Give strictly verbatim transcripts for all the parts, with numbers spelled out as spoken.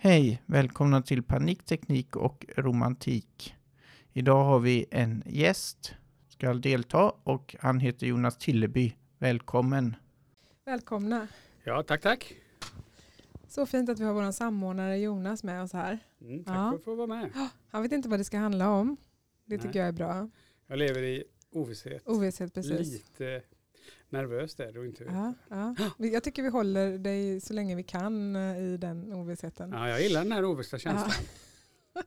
Hej, välkomna till Panik, teknik och romantik. Idag har vi en gäst som ska delta och han heter Jonas Tilleby. Välkommen. Välkomna. Ja, tack, tack. Så fint att vi har vår samordnare Jonas med oss här. Mm, tack Ja. för att få vara med. Han vet inte vad det ska handla om. Det tycker Nej. jag är bra. Jag lever i ovisshet. Ovisshet, precis. Lite nervös där och inte vet. Ja, ja. Jag tycker vi håller dig så länge vi kan i den ovissheten. Ja, jag gillar den här ovissa känslan. Ja.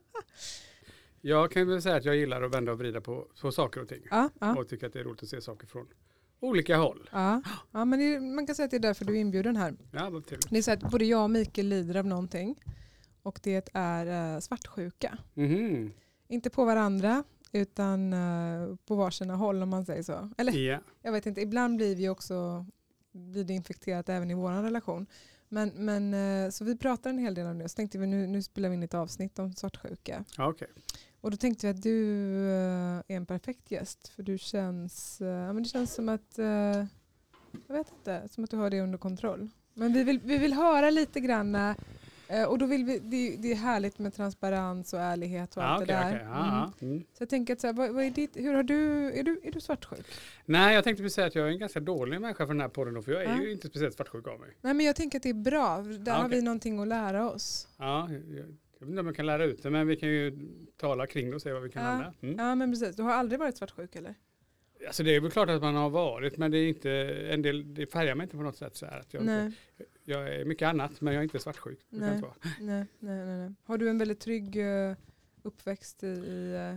Jag kan väl säga att jag gillar att vända och vrida på, på saker och ting. Ja, ja. Och tycker att det är roligt att se saker från olika håll. Ja, ja men det, man kan säga att det är därför du är inbjuden här. Ja, vad trevligt. Det är så att både jag och Mikael lider av någonting. Och det är uh, svartsjuka. Mhm. Inte på varandra utan uh, på varsina håll om man säger så. Eller Ja. jag vet inte, ibland blir vi också blir det infekterat även i vår relation. Men, men uh, så vi pratar en hel del om det. Så tänkte vi nu, nu spelar vi in ett avsnitt om svartsjuka. Ja, okej. Och då tänkte vi att du uh, är en perfekt gäst. För du känns, uh, ja, men det känns som att, uh, jag vet inte, som att du har det under kontroll. Men vi vill, vi vill höra lite grann. Uh, och då vill vi, det, det är härligt med transparens och ärlighet och Ja, allt okej, det där. okej. Ja, Mm. mm. Så jag tänker att så här, vad, vad är ditt, hur har du, är du, är du svartsjuk? Nej, jag tänkte säga att jag är en ganska dålig människa för den här podden då, för jag är Ja. ju inte speciellt svartsjuk av mig. Nej men jag tänker att det är bra. Där Ja, har okej. vi någonting att lära oss. Ja, jag, jag vet inte om jag kan lära ut det, men vi kan ju tala kring det och se vad vi kan Ja. lära. Mm. Ja men precis. Du har aldrig varit svartsjuk eller? Alltså det är väl klart att man har varit, men det är inte en del, det färgar mig inte på något sätt så här att jag, Nej. inte, jag är mycket annat, men jag är inte svartsjuk. Det kan Nej. inte vara. nej, nej, nej, nej. Har du en väldigt trygg uh, uppväxt i... i uh...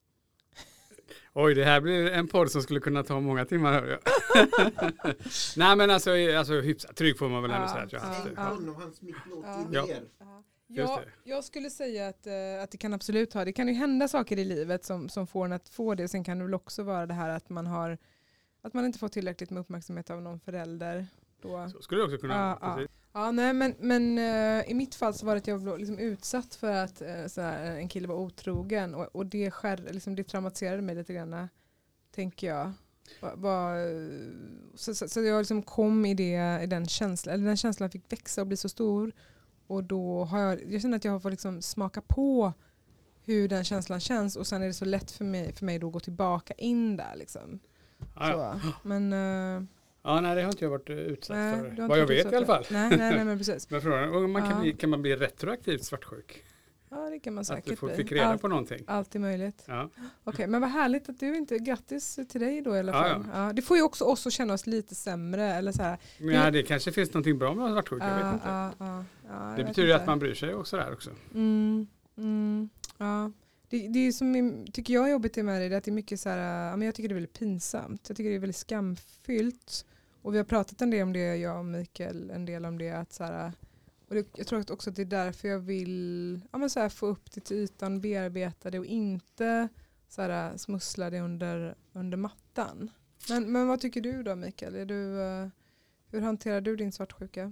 Oj, det här blir en podd som skulle kunna ta många timmar. Hör jag. Nej, men alltså, alltså hyfsat trygg får man väl ändå Ja, säga att jag har haft det. ja. och hans mick låter Ja. Ja. ner. Just Ja, det. jag skulle säga att, uh, att det kan absolut ha. Det kan ju hända saker i livet som, som får en att få det. Sen kan det väl också vara det här att man har att man inte får tillräckligt med uppmärksamhet av någon förälder. Då. Så skulle det också kunna Ja, vara. Precis. Ja, nej, men, men uh, i mitt fall så var det att jag blev liksom utsatt för att uh, så här, en kille var otrogen och, och det, skär, liksom, det traumatiserade mig lite grann, tänker jag. Va, va, så, så, så jag liksom kom i, det, i den känslan, eller den känslan fick växa och bli så stor och då har jag, jag känner att jag har fått liksom smaka på hur den känslan känns och sen är det så lätt för mig, för mig då att gå tillbaka in där liksom. Ja, ja. Så, men... Uh, Ja, nej, det har inte jag varit utsatt nej, för. du har inte Vad jag varit vet utsatt i alla fall. för- Nej, nej, nej, men precis. Men frågan är om man kan, Ja. bli, kan man bli retroaktivt svartsjuk? Ja, det kan man Att du säkert får, bli. fick reda Allt, på någonting? allt är möjligt. Ja. Okej, men vad härligt att du inte... Grattis till dig då i alla Ja, fall. Ja, det får ju också oss att känna oss lite sämre. Eller så här. Men ja, det kanske finns någonting bra med att vara svartsjuk, jag vet Ja, inte. ja, ja, ja, jag Det vet betyder inte. att man bryr sig också där också. Mm, mm, ja. Det, det är som är, tycker jag är jobbigt med det, det är att det är mycket så här... Ja, men jag tycker det är väldigt pinsamt. Jag tycker det är väldigt skamfyllt. Och vi har pratat en del om det, jag och Mikael, en del om det. Att så här, och det, jag tror också att det är därför jag vill ja, men så här, få upp det till ytan, bearbeta det och inte så här, smussla det under, under mattan. Men, men vad tycker du då, Mikael? Är du, uh, hur hanterar du din svartsjuka?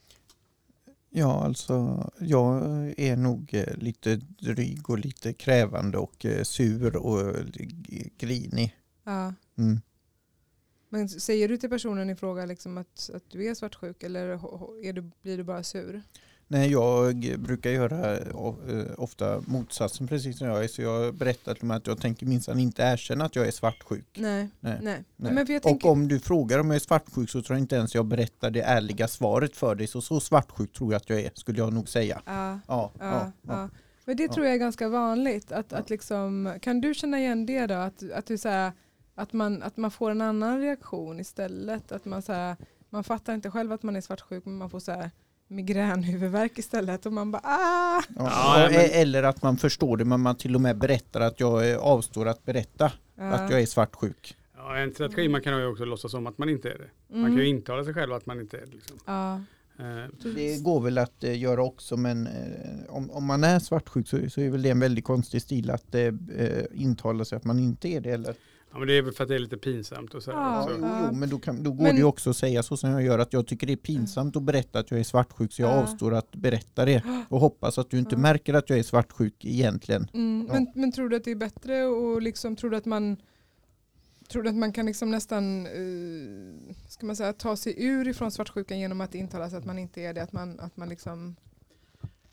Ja, alltså jag är nog eh, lite dryg och lite krävande och eh, sur och eh, g- grinig. Ja. Mm. Men säger du till personen i fråga liksom att, att du är svartsjuk eller är du, blir du bara sur? Nej, jag brukar göra eh, ofta motsatsen precis som jag är. Så jag berättar till mig att jag tänker minsann inte erkänna att jag är svartsjuk. Nej, Nej, nej. Nej. Men för jag tänker, Och om du frågar om jag är svartsjuk så tror jag inte ens jag berättar det ärliga svaret för dig. Så så svartsjuk tror jag att jag är, skulle jag nog säga. ja, Ja, ja, ja, ja. ja. Men det Ja. tror jag är ganska vanligt. Att, Ja. att liksom, kan du känna igen det då? Att, att, du, så här, att, man, att man får en annan reaktion istället? Att man, så här, man fattar inte själv att man är svartsjuk men man får så här migränhuvudvärk istället och man bara ah! Ja, Ja, och- men- Eller att man förstår det men man till och med berättar att jag eh, avstår att berätta Ja. att jag är svartsjuk. Ja, en strategi man kan ju också låtsas om att man inte är det. Man Mm. kan ju intala sig själv att man inte är det. Liksom. Ja. Eh, Det går väl att eh, göra också men eh, om, om man är svartsjuk så, så är väl det en väldigt konstig stil att eh, intala sig att man inte är det. Eller? ja, men det är väl för att det är lite pinsamt och så. Ja, Ja, också. jo, jo, men då, kan, då går Men- det ju också att säga så som jag gör att jag tycker det är pinsamt att berätta att jag är svartsjuk så jag Ja. avstår att berätta det och hoppas att du inte Ja. märker att jag är svartsjuk egentligen. Mm. Ja. Men, men tror du att det är bättre och liksom tror du att man tror du att man kan liksom nästan uh, ska man säga ta sig ur ifrån svartsjukan genom att intala sig att man inte är det, att man att man liksom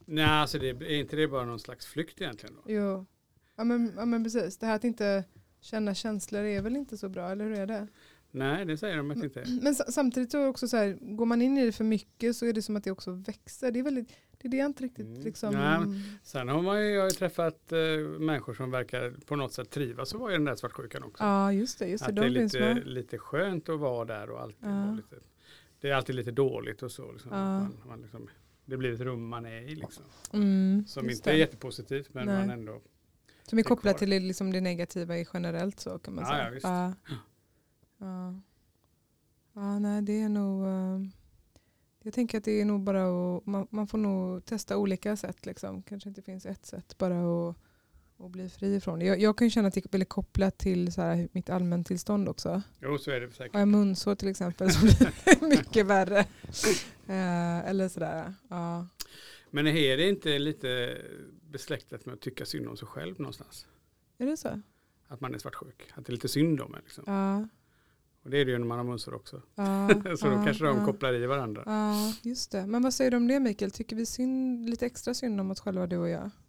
Nej, alltså det är inte det bara någon slags flykt egentligen då? Jo. Ja men, ja men precis. Det här att inte känna känslor är väl inte så bra, eller hur är det? Nej, det säger de att inte. Men samtidigt så också så här, går man in i det för mycket så är det som att det också växer. Det är väldigt, det är det jag inte riktigt Mm. liksom... Nej, men sen har man ju, jag har ju träffat eh, människor som verkar på något sätt trivas och vara i den där svartsjukan också. Ja, just det. Just det. Att det är De finns lite, med. lite skönt att vara där och alltid Ja. vara lite, det är alltid lite dåligt och så. Liksom. Ja. Man, man liksom, det blir ett rum man är i liksom. Mm, Som just inte det. är jättepositivt men Nej. man ändå. Som är det är kopplat kvar. till det, liksom det negativa i generellt så kan man Ja, säga. ja, visst. Ja. Ja. Ja, nej det är nog... Uh, jag tänker att det är nog bara att... Man, man får nog testa olika sätt liksom. Kanske inte finns ett sätt bara att, att bli fri ifrån det. Jag, jag kan ju känna att det är väldigt kopplat till så här, mitt allmäntillstånd också. Jo, så är det säkert. Har jag munsår till exempel så blir det mycket värre. Uh, eller sådär. Ja. Men är det inte lite besläktat med att tycka synd om sig själv någonstans? Är det så? Att man är svartsjuk. Att det är lite synd om en liksom. Ja. Och det är det ju när man har munsår också. Ja. så då ja, kanske de ja. kopplar i varandra. Ja, just det. Men vad säger du om det, Mikael? Tycker vi synd, lite extra synd om oss själva, du och jag?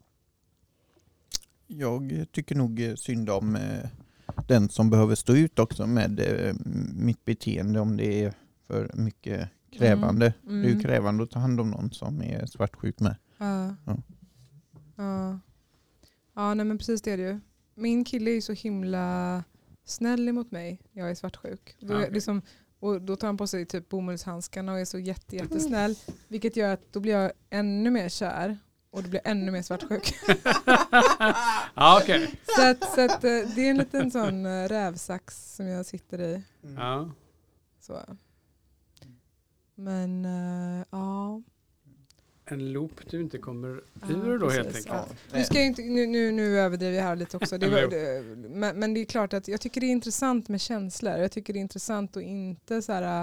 Jag tycker nog synd om eh, den som behöver stå ut också med eh, mitt beteende om det är för mycket krävande. Mm. Mm. Det är ju krävande att ta hand om någon som är svartsjuk med. Ja. Ja. Ja. Ja, nej men precis det är det ju. Min kille är ju så himla snäll emot mig. Jag är svartsjuk. Då, Ja. är liksom, och då tar han på sig typ bomullshandskarna och är så jätte, jättesnäll. Vilket gör att då blir jag ännu mer kär. Och då blir jag ännu mer svartsjuk. Ja, okej. så att, så att, eh, det är en liten sån eh, rävsax som jag sitter i. Ja. Så. Men eh, ja. En loop du inte kommer Ja, ur då helt precis, enkelt. ja. Nu, ska jag inte, nu, nu, nu överdriver jag här lite också. Det var, Jo. det, men, men det är klart att jag tycker det är intressant med känslor. Jag tycker det är intressant att inte så här,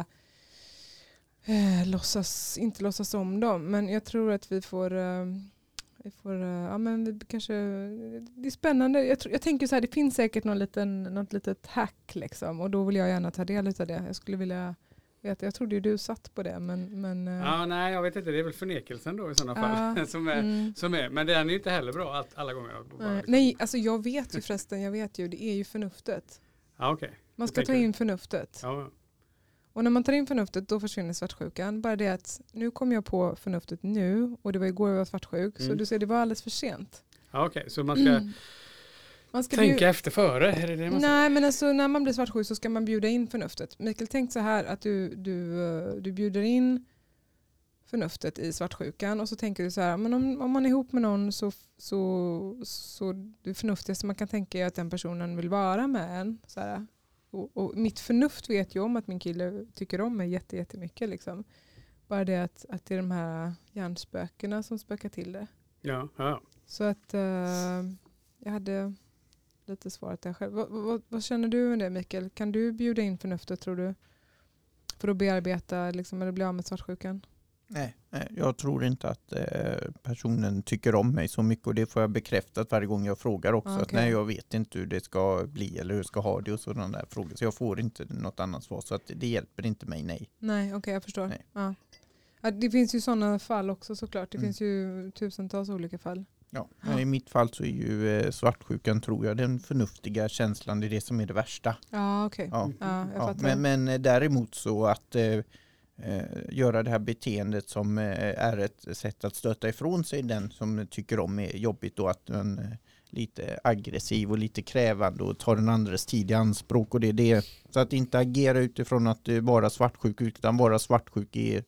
eh, låtsas, inte låtsas om dem. Men jag tror att vi får... Eh, vi får eh, ja, men vi kanske, det är spännande. Jag, tror, jag tänker så här, det finns säkert någon liten, något litet hack liksom. Och då vill jag gärna ta del av det. Jag skulle vilja... Vet, jag trodde ju du satt på det, men... men eh, Ja, nej, jag vet inte. Det är väl förnekelsen då i sådana Ja, fall. som, är, mm. som är. Men den är ju inte heller bra att alla gånger. Bara, Nej, liksom. nej, alltså jag vet ju förresten, jag vet ju, det är ju förnuftet. Ja, okej. Man Jag ska ta tänker- in förnuftet. Ja, Och när man tar in förnuftet då försvinner svartsjukan. Bara det att nu kom jag på förnuftet nu och det var igår jag var svartsjuk. Så Mm. du ser, det var alldeles för sent. ja okej. Så man ska Man ska tänka bju- efter före? Är det det man säger? Nej, men alltså när man blir svartsjuk så ska man bjuda in förnuftet. Mikael, tänk så här att du, du, eh, du bjuder in förnuftet i svartsjukan och så tänker du så här, men om, om man är ihop med någon så, så, så det förnuftigaste man kan tänka är att den personen vill vara med en. Så här. Och, och mitt förnuft vet ju om att min kille tycker om mig jätte, jättemycket. Liksom. Bara det att, att det är de här hjärnspökena som spökar till det. Ja, ja. Så att eh, jag hade lite svarat där själv. Vad, vad, vad känner du med det, Mikael? Kan du bjuda in förnuftet, tror du? För att bearbeta liksom, eller bli av med svartsjukan? Nej, nej, jag tror inte att eh, personen tycker om mig så mycket och det får jag bekräftat varje gång jag frågar också. Ah, Att okej. nej, jag vet inte hur det ska bli eller hur jag ska ha det och sådana där frågor. Så jag får inte något annat svar så att det hjälper inte mig, nej. Nej, okej, jag förstår. Nej. Ja. Ja, det finns ju sådana fall också såklart. Det Mm. finns ju tusentals olika fall. Ja, men i mitt fall så är ju eh, svartsjukan, tror jag, den förnuftiga känslan, det är det som är det värsta. Ja, okej. Ja. Ja, jag Ja, fattar. men, men eh, däremot så att eh, eh, göra det här beteendet som eh, är ett sätt att stöta ifrån sig den som tycker om är jobbigt då, att man är lite aggressiv och lite krävande och tar den andres tid i anspråk och det är det. Så att inte agera utifrån att eh, vara svartsjuk utan vara svartsjuk i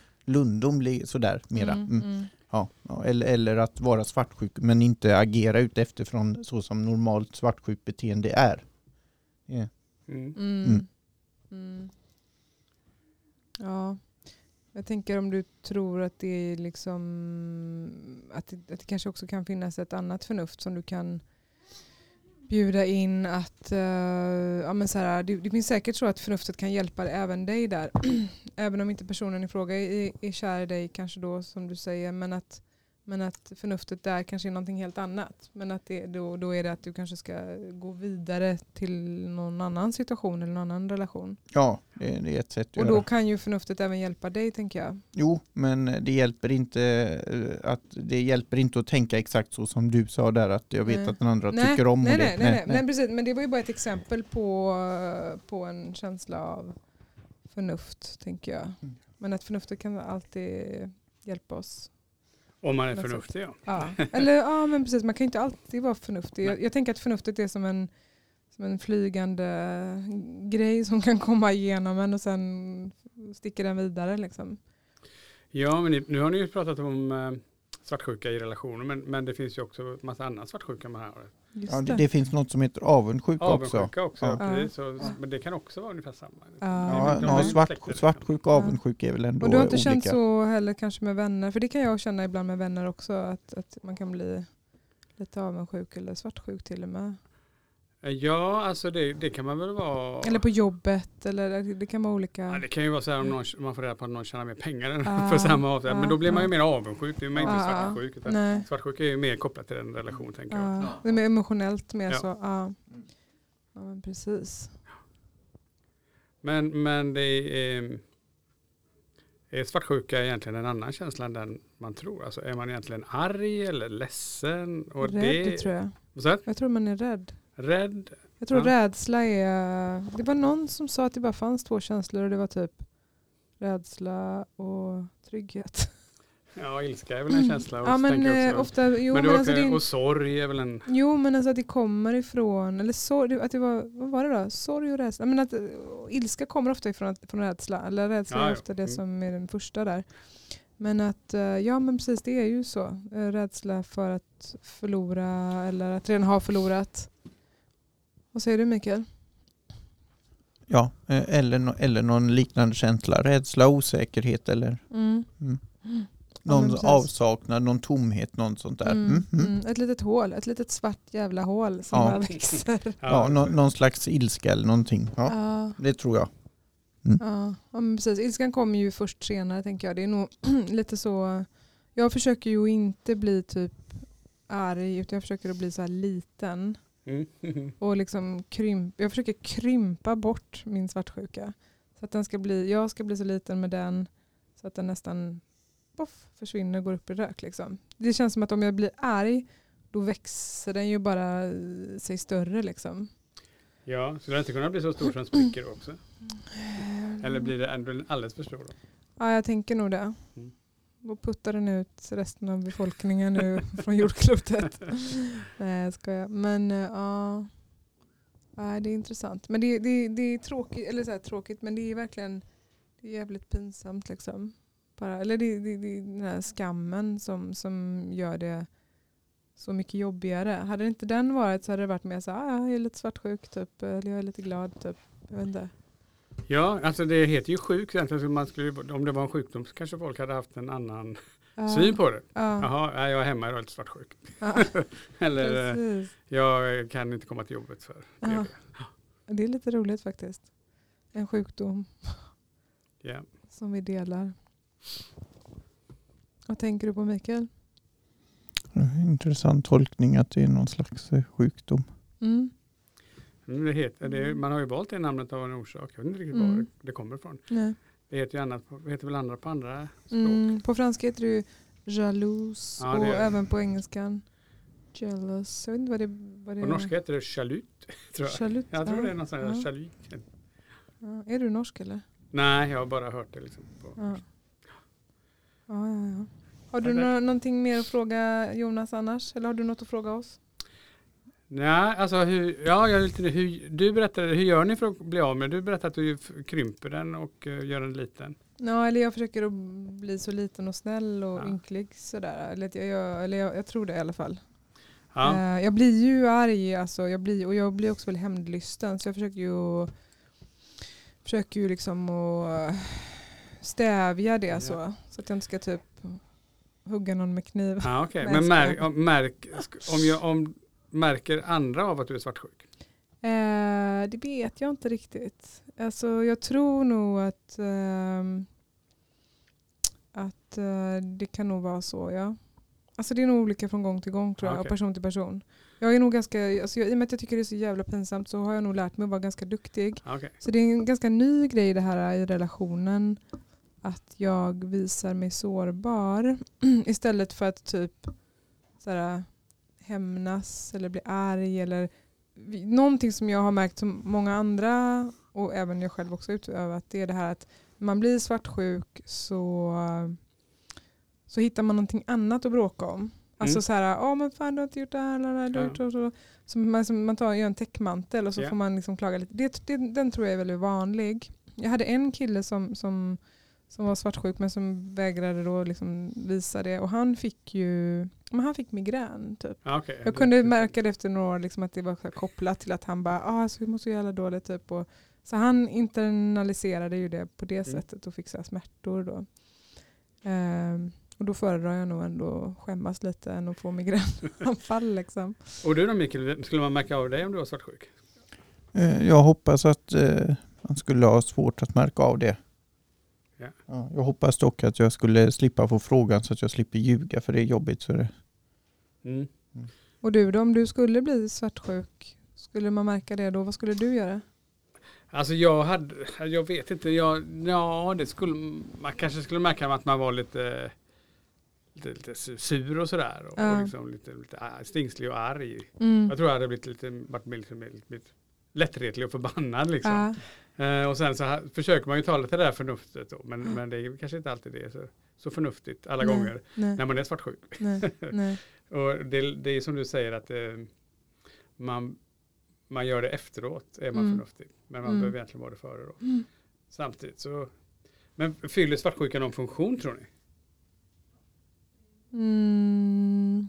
lundom li- sådär mera. Mm, Mm. mm. Ja, ja, eller, eller att vara svartsjuk men inte agera ut efterifrån så som normalt svartsjuk beteende är. Yeah. Mm. Mm. Mm. Mm. Ja, jag tänker om du tror att det är liksom att det, att det kanske också kan finnas ett annat förnuft som du kan bjuda in att uh, ja, men så här, det, det finns säkert så att förnuftet kan hjälpa även dig där. Även om inte personen i fråga är, är kär i dig kanske då som du säger, men att Men att förnuftet där kanske är någonting helt annat. Men att det, då, då är det att du kanske ska gå vidare till någon annan situation eller någon annan relation. Ja, det, det är ett sätt att Och göra. då kan ju förnuftet även hjälpa dig, tänker jag. Jo, men det hjälper inte eh, att det hjälper inte att tänka exakt så som du sa där, att jag vet Nej. att den andra Nej, tycker om nej, och det. nej, nej, nej. Men precis, men det var ju bara ett exempel på, på en känsla av förnuft, tänker jag. Mm. Men att förnuftet kan alltid hjälpa oss. Om man är Något förnuftig, ja. Ja. Eller ja, men precis, man kan ju inte alltid vara förnuftig. Jag, jag tänker att förnuftet är som en, som en flygande grej som kan komma igenom en och sen sticker den vidare liksom. Ja, men ni, nu har ni ju pratat om eh, svartsjuka i relationer, men, men det finns ju också massa annan svartsjuka med här. Just Ja, det, det. det finns något som heter avundsjuka också. Avundsjuka också, Ja. ja. Precis, så, men det kan också vara ungefär samma. Ja. Ja, De ja, är svart, släkter, svartsjuka och avundsjuka är väl ändå Och du har inte olika. känt så heller kanske med vänner? För det kan jag känna ibland med vänner också. Att, att man kan bli lite avundsjuk eller svartsjuk till och med. Ja, alltså det, det kan man väl vara. Eller på jobbet. Eller det kan vara olika. Ja, det kan ju vara så här om någon, man får reda på att någon tjänar mer pengar än Ah, för samma avtal. Men då blir man ju ah. mer avundsjuk. Det är man inte Ah, svartsjuk. Utan Nej. svartsjuk är ju mer kopplat till en relation, tänker jag. Ja, det är mer emotionellt mer Ja. så. Ja. Ja, men precis. Men, men det är, är svartsjuka egentligen en annan känsla än den man tror. Alltså är man egentligen arg eller ledsen? Och Rädd det, tror jag. vad sa du? Jag tror man är rädd. Rädd? Jag tror Ja. rädsla är... Det var någon som sa att det bara fanns två känslor och det var typ rädsla och trygghet. Ja, ilska är väl en känsla. Och Ja, så men tänker jag eh, också, ofta... Jo, men men, det alltså, också, det, och sorg är väl en... jo, men alltså att det kommer ifrån... Eller sorg, att det var... Vad var det då? Sorg och rädsla. Men att, eh, ilska kommer ofta ifrån, från rädsla. Eller rädsla Ja, är ja. ofta det Mm. som är den första där. Men att... eh, Ja, men precis. Det är ju så. Eh, Rädsla för att förlora eller att redan ha förlorat. Vad säger du, Mikael? Ja, eh, eller, nå- eller någon liknande känsla. Rädsla, osäkerhet eller Mm. mm. Ja, någon men precis. avsaknad, någon tomhet, något sånt där. Mm, Mm, mm. mm. Ett litet hål, ett litet svart jävla hål som Ja. bara växer. Ja, nå, någon slags ilska eller någonting. Ja, Ja, det tror jag. ja, ja, men precis. Ilskan kommer ju först senare, tänker jag. Det är nog lite så... Jag försöker ju inte bli typ arg, utan jag försöker att bli så här liten. Mm. Och liksom krymp, jag försöker krympa bort min svartsjuka. Så att den ska bli, jag ska bli så liten med den så att den nästan poff, försvinner och går upp i rök. Liksom. Det känns som att om jag blir arg, då växer den ju bara eh, sig större. Liksom. Ja, så det inte kunna bli så stor som spricker också? Eller blir det ändå alldeles för stor då? Ja, jag tänker nog det. Mm. Och puttar den ut resten av befolkningen nu från jordklotet. Nej, jag skojar. Men eh, ja, ja, det är intressant. Men det, det, det är tråkigt, eller så här, tråkigt, men det är verkligen det är jävligt pinsamt. Liksom. Bara, eller det, det, det är den här skammen som, som gör det så mycket jobbigare. Hade inte den varit så hade det varit mer så här, ah, jag är lite svartsjuk typ, eller jag är lite glad typ. Jag vet inte. Ja, alltså det heter ju sjuk egentligen. Så man skulle, om det var en sjukdom så kanske folk hade haft en annan Ja, syn på det. ja, Jaha, nej, jag är hemma, jag är lite svartsjuk. ja, Eller eh, precis. jag kan inte komma till jobbet för det. Ja. Det är lite roligt faktiskt. En sjukdom Ja. som vi delar. Vad tänker du på, Mikael? Intressant tolkning att det är någon slags eh, sjukdom. Mm. Mm, Det heter, det, man har ju valt det namnet av en orsak. Jag vet inte riktigt Mm. var det, det kommer ifrån. Nej. Det heter ju annat, på- det heter väl andra på andra språk. Mm. På franska heter det ju jaloux Ja, och det är det. även på engelskan jealous. Jag vet inte vad det, vad det På norska heter det chalut, tror jag. Chalut. Jag tror ja. det är någon sån här Ja. chalut. Ja. Är du norsk eller? Nej, jag har bara hört det liksom. På. Ja. Ja, ja, ja. Har du Ja, det- nå- någonting mer att fråga Jonas annars? Eller har du något att fråga oss? Nej, alltså hur, ja, jag är lite, hur, du berättade, hur gör ni för att bli av med? Du berättade att du f- krymper den och uh, gör den liten. Ja, eller jag försöker att bli så liten och snäll och Ja. ynklig sådär. Eller, att jag, jag, eller jag, jag tror det i alla fall. Ja. Eh, jag blir ju arg alltså, jag blir, och jag blir också väldigt hämndlysten. Så jag försöker ju, försöker ju liksom att stävja det Ja. så. Så att jag inte ska typ hugga någon med kniv. Ja, okej. Nej, Men jag märk, skojar. om, märk, sk- om, jag, om märker andra av att du är svartsjuk? Eh, det vet jag inte riktigt. Alltså, jag tror nog att, ehm, att eh, det kan nog vara så, ja. alltså det är nog olika från gång till gång tror jag, Ah, och okej. person till person. Jag är nog ganska, alltså jag, i och med att jag tycker det är så jävla pinsamt så har jag nog lärt mig att vara ganska duktig. Ah, okej. Så det är en ganska ny grej det här i relationen, att jag visar mig sårbar istället för att typ såhär, hämnas eller bli arg eller vi- någonting som jag har märkt som många andra och även jag själv också utövat, det är det här att när man blir svartsjuk så, så hittar man någonting annat att bråka om. Alltså Mm. så här, ja men fan du har inte gjort det här, eller, du har Ja. gjort så, så. Så man, som man tar, gör en täckmantel och så Ja. får man liksom klaga lite. Det, det, den tror jag är väldigt vanlig. Jag hade en kille som, som, som var svartsjuk men som vägrade då liksom visa det. Och han fick ju men han fick migrän typ. Ah, okej. Jag kunde märka det efter några år liksom att det var så här kopplat till att han bara, ah, alltså, jag mår så jävla dåligt typ. Och, så han internaliserade ju det på det Mm. sättet och fick så här smärtor då. Ehm, och då föredrar jag nog ändå skämmas lite än att få migränanfall liksom. Och du då Mikael, skulle man märka av dig om du var svartsjuk? Eh, Jag hoppas att eh, man skulle ha svårt att märka av det. Ja. Ja, jag hoppas dock att jag skulle slippa få frågan så att jag slipper ljuga, för det är jobbigt. Så det. Mm. Och du då, om du skulle bli svartsjuk, skulle man märka det då? Vad skulle du göra? Alltså jag hade, jag vet inte, jag, ja det skulle, man kanske skulle märka att man var lite, lite, lite sur och sådär. Och, Ja. och liksom lite, lite stingslig och arg. Mm. Jag tror jag hade blivit lite, varit mer, liksom, lite, lite lättretlig och förbannad liksom. Ja. Eh, och sen så här, försöker man ju tala till det där förnuftet då, men, Mm. men det är kanske inte alltid det så, så förnuftigt alla Nej, gånger Nej, när man är svartsjuk. nej, nej. Och det, det är som du säger att eh, man, man gör det efteråt är man Mm. förnuftig. Men man Mm. behöver egentligen vara det före då. Mm. Samtidigt så, men fyller svartsjukan någon funktion tror ni? Mm.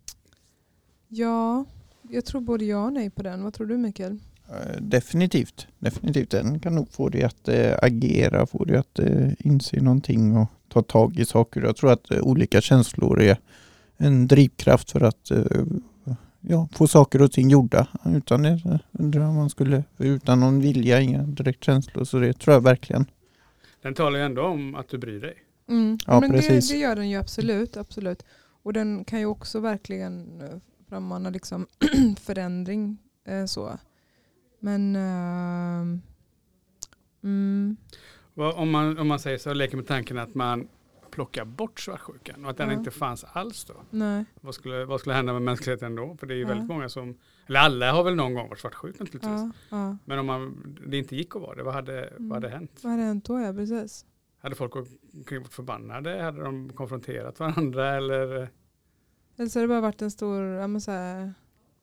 Ja, jag tror både ja och nej på den. Vad tror du Mikael? Eh, Definitivt. Definitivt. Den kan nog få dig att eh, agera, få dig att eh, inse någonting och ta tag i saker. Jag tror att eh, olika känslor är en drivkraft för att eh, ja, få saker och ting gjorda. Utan det eh, undrar om man skulle, utan någon vilja, inga direkt känslor. Så det tror jag verkligen. Den talar ju ändå om att du bryr dig. Mm. Ja, Men det, precis. det gör den ju absolut, absolut. Och den kan ju också verkligen eh, frammana liksom förändring. Eh, så. Men eh, mm, Vad- Om man, om man säger så, leker med tanken att man plockar bort svartsjukan och att den Ja. inte fanns alls då. nej. Vad skulle, vad skulle hända med mänskligheten då? För det är ju Ja. väldigt många som, eller alla har väl någon gång varit svartsjuk naturligtvis. Ja, ja. Men om man, det inte gick att vara det, vad hade, Mm. vad hade hänt? Vad hade hänt då? Ja, precis. Hade folk varit förbannade? Hade de konfronterat varandra? Eller? Eller så har det bara varit en stor ja, men så här,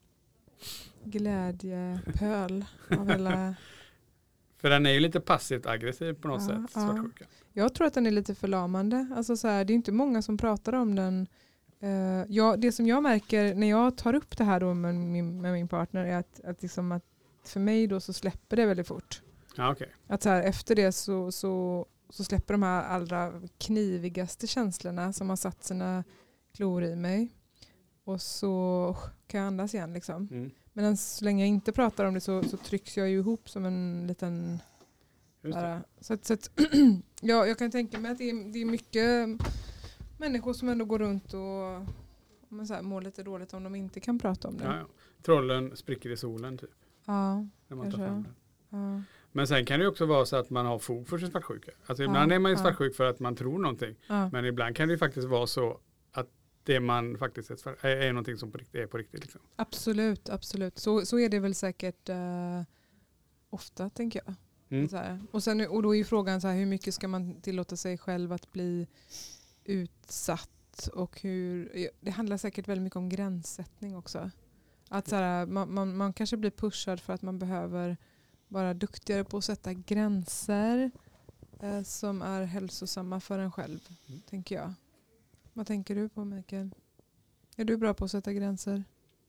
glädjepöl av hela... För den är ju lite passivt aggressiv på något Ja, sätt, ja. svartsjuka. Jag tror att den är lite förlamande. Alltså så här, det är inte många som pratar om den. Uh, jag, det som jag märker när jag tar upp det här då med min, med min partner är att, att, liksom att för mig då så släpper det väldigt fort. Ja, okej. Att så här, efter det så, så, så släpper de här allra knivigaste känslorna som har satt sina klor i mig. Och så kan jag andas igen liksom. Mm. Men så länge jag inte pratar om det så, så trycks jag ju ihop som en liten... Just det. Bara, så att, så att, ja, jag kan tänka mig att det är, det är mycket människor som ändå går runt och om man så här, mår lite dåligt om de inte kan prata om det. Ja, ja. Trollen spricker i solen typ. Ja, När man tar Kanske. fram den. ja, Men sen kan det ju också vara så att man har fog för sin svartsjuka. Alltså Ja, ibland är man ju ja. svartsjuk för att man tror någonting. ja. Men ibland kan det ju faktiskt vara så att det man faktiskt är, svart- är, är någonting som på riktigt, är på riktigt. Liksom. Absolut, absolut. Så, så är det väl säkert eh, ofta, tänker jag. Mm. Så här. Och, sen, och då är ju frågan så här, hur mycket ska man tillåta sig själv att bli utsatt? Och hur, det handlar säkert väldigt mycket om gränssättning också. Att så här, man, man, man kanske blir pushad för att man behöver vara duktigare på att sätta gränser eh, som är hälsosamma för en själv, Mm. tänker jag. Vad tänker du på, Mikael? Är du bra på att sätta gränser?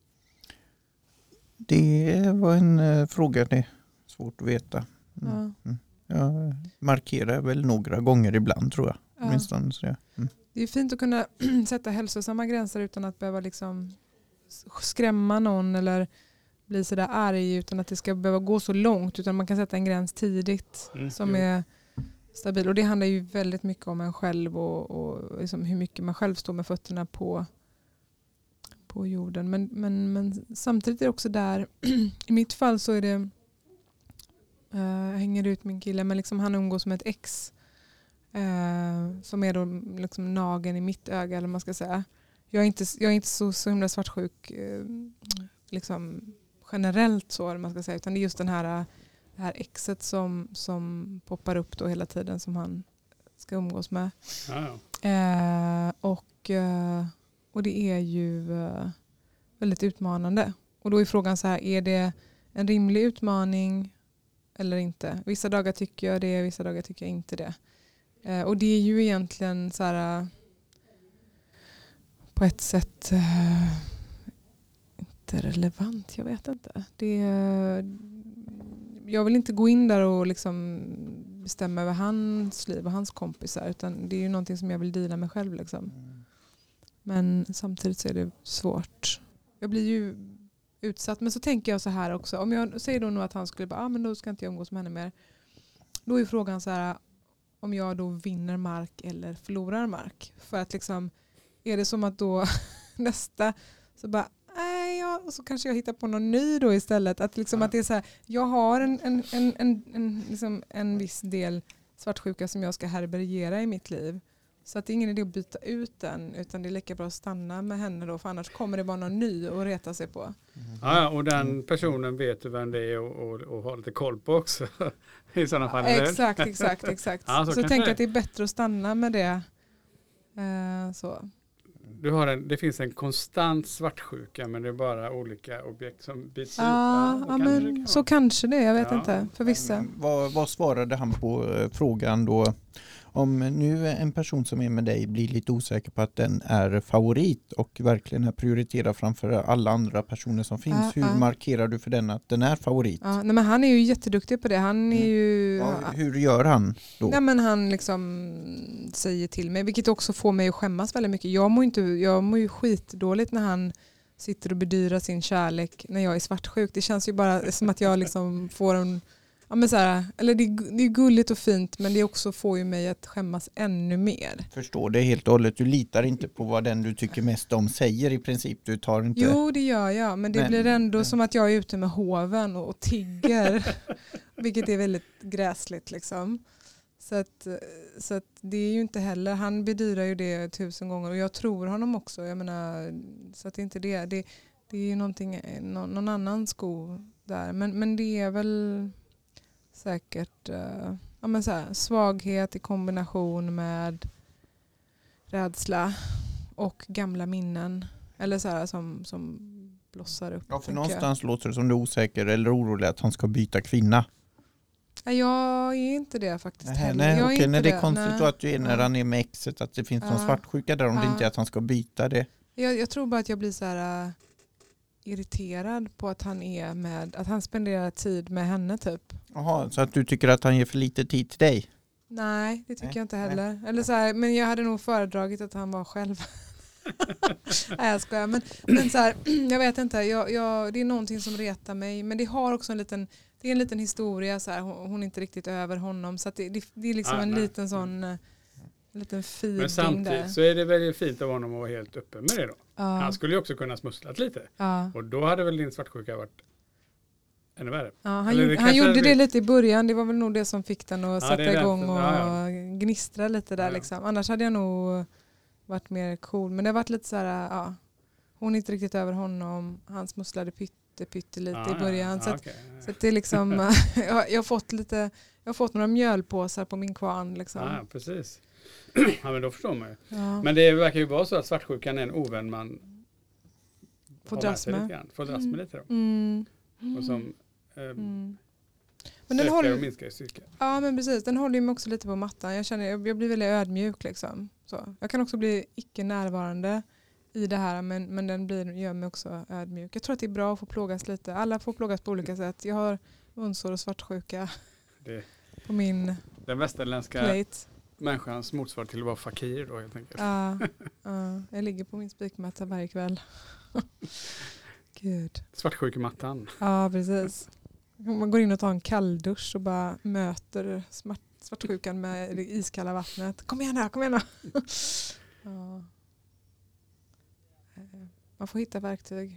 Det var en eh, fråga, det är svårt att veta. Mm. Ja. Jag markerar väl några gånger ibland, tror jag. Ja. Åtminstone, så det. Mm. Det är fint att kunna sätta hälsosamma gränser utan att behöva liksom skrämma någon eller bli så där arg, utan att det ska behöva gå så långt, utan man kan sätta en gräns tidigt Mm, som jo. är stabil. Och det handlar ju väldigt mycket om en själv och, och liksom hur mycket man själv står med fötterna på, på jorden. Men, men, men samtidigt är det också där, i mitt fall så är det, uh, jag hänger ut min kille, men liksom han umgås med ett ex uh, som är då liksom nagen i mitt öga, eller man ska säga. Jag är inte, jag är inte så, så himla svartsjuk uh, liksom generellt så, eller man ska säga, utan det är just den här, det här exet som, som poppar upp då hela tiden som han ska umgås med. Ja. Uh, och uh, Och det är ju uh, väldigt utmanande. Och då är frågan så här, är det en rimlig utmaning eller inte? Vissa dagar tycker jag det, vissa dagar tycker jag inte det. Uh, och det är ju egentligen så här, uh, på ett sätt uh, inte relevant, jag vet inte. Det, uh, jag vill inte gå in där och liksom bestämma över hans liv och hans kompisar, utan det är ju någonting som jag vill dela med själv liksom. Men samtidigt så är det svårt. Jag blir ju utsatt. Men så tänker jag så här också. Om jag säger då nu att han skulle bara, ah, men då ska inte jag umgås med henne mer. Då är frågan så här, om jag då vinner mark eller förlorar mark. För att liksom, är det som att då nästa så bara, nej, ja, och så kanske jag hittar på någon ny då istället. Att liksom Ja. att det är så här, jag har en, en, en, en, en, liksom en viss del svartsjuka som jag ska härbärgera i mitt liv. Så att det är ingen idé att byta ut den, utan det är lika bra att stanna med henne då, för annars kommer det vara någon ny att reta sig på. Ja, och den personen vet du vem det är och, och, och har lite koll på också. I sådana fall. Ja, exakt, exakt, exakt. Ja, så så kanske tänk det. att det är bättre att stanna med det. Eh, så. Du har en, det finns en konstant svartsjuka, men det är bara olika objekt som byts ut. Ah, Ja, ja, kanske det men kan så vara. kanske det, jag vet Ja. inte, för vissa. Vad, vad svarade han på eh, frågan då? Om nu en person som är med dig blir lite osäker på att den är favorit och verkligen är prioriterad framför alla andra personer som finns. Ja, hur ja. markerar du för den att den är favorit? Ja, nej, men han är ju jätteduktig på det. Han är Mm. ju... Ja, hur gör han då? Nej, men han liksom säger till mig, vilket också får mig att skämmas väldigt mycket. Jag mår, inte, jag mår ju skitdåligt när han sitter och bedyrar sin kärlek när jag är svartsjuk. Det känns ju bara som att jag liksom får en... Ja, men så här, eller det, det är gulligt och fint, men det också får ju mig att skämmas ännu mer. Förstår det helt och hållet. Du litar inte på vad den du tycker mest om säger i princip. Du tar inte... Jo, det gör jag, men det Men- blir ändå men- som att jag är ute med hoven och, och tigger, vilket är väldigt gräsligt liksom. Så att, så att det är ju inte heller, han bedyrar ju det tusen gånger och jag tror honom också. Jag menar, så att det är inte det. Det, det är ju någonting, någon, någon annan sko där, men, men det är väl säkert uh, ja, men så här, svaghet i kombination med rädsla och gamla minnen. Eller så här som, som blossar upp. Ja, för tänker någonstans låter det som du är osäker eller orolig att han ska byta kvinna. jag. Jag är inte det faktiskt Nej, heller. nej, jag okej, inte nej, det är konstigt nej. då att du är när Ja. han är med exet, att det finns någon Ja. svartsjuka där om det Ja. inte är att han ska byta det. Jag, jag tror bara att jag blir så här uh, irriterad på att han är med, att han spenderar tid med henne typ. Jaha, så att du tycker att han ger för lite tid till dig? Nej, det tycker Nej, jag inte nej. heller. Eller så här, men jag hade nog föredragit att han var själv. Nej, jag skojar. Men, men så här, jag vet inte. Jag, jag, det är någonting som retar mig. Men det har också en liten, det är en liten historia. Så här, hon, hon är inte riktigt över honom. Så att det, det, det är liksom Ah, en nej. liten sån en liten Men feeding där. samtidigt så är det väldigt fint av honom att vara helt öppen med det då. Ja, Han skulle ju också kunna smusslat lite. ja, Och då hade väl din svartsjuka varit ännu värre. ja, han Eller det gjorde, han kanske gjorde är- det lite i början. Det var väl nog det som fick den att Ja, sätta det är igång därför. och Ja, gnistra lite där. Ja. Liksom. Annars hade jag nog varit mer cool. Men det har varit lite så här, ja, hon är inte riktigt över honom. Han smusslade pytte, pytte lite Ja, i början. ja, så att, okej. så att det är liksom, jag, har- jag har fått lite, jag har fått några mjölpåsar på min kvarn. Liksom. Ja, precis. Ja, men då förstår man ju. Ja, Men det verkar ju vara så att svartsjukan är en ovän man får har dras sig med. lite grann. Får dras med Mm. lite då. Mm. Och som eh, Mm. Men den ökar håller, och minskar i styrka. ja, men precis. Den håller ju mig också lite på mattan. Jag känner, jag, jag blir väldigt ödmjuk liksom. Så. Jag kan också bli icke närvarande i det här, men, men den blir, gör mig också ödmjuk. Jag tror att det är bra att få plågas lite. Alla får plågas på olika sätt. Jag har munsår och svartsjuka Det, på min den västerländska plate. människans motsvar till att vara fakir då helt enkelt. Ja, ja, jag ligger på min spikmatta varje kväll. Gud. Svartsjukemattan. Ja, precis. Man går in och tar en kalldusch och bara möter smart, svartsjukan med det iskalla vattnet. Kom igen här, kom igen här. Ja. Man får hitta verktyg.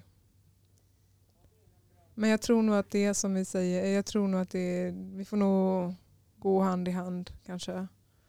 Men jag tror nog att det är som vi säger. Jag tror nog att det är, vi får nog gå hand i hand kanske.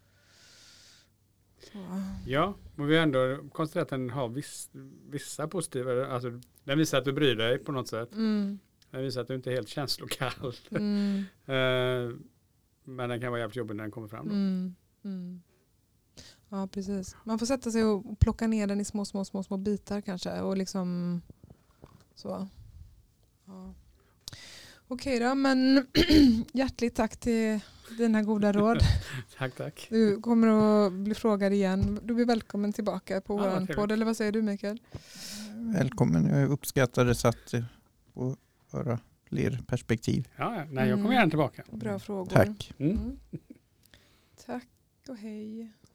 Så. Ja, och vi har ändå konstaterat att den har viss, vissa positiva, alltså den visar att du bryr dig på något sätt. Mm. Den visar att du inte är helt känslokall. Mm. uh, men den kan vara jävligt jobbig när den kommer fram. Då. Mm. Mm. Ja, precis. Man får sätta sig och plocka ner den i små, små, små, små bitar kanske. Och liksom så. Ja. Okej då, men hjärtligt tack till dina goda råd. Tack, tack. Du kommer att bli frågad igen. Du blir välkommen tillbaka på Ja, vår podd. Eller vad säger du, Mikael? Välkommen, jag uppskattade att få höra fler perspektiv. Ja, nej, jag kommer gärna tillbaka. Bra frågor. Tack. Mm. Mm. Tack och hej.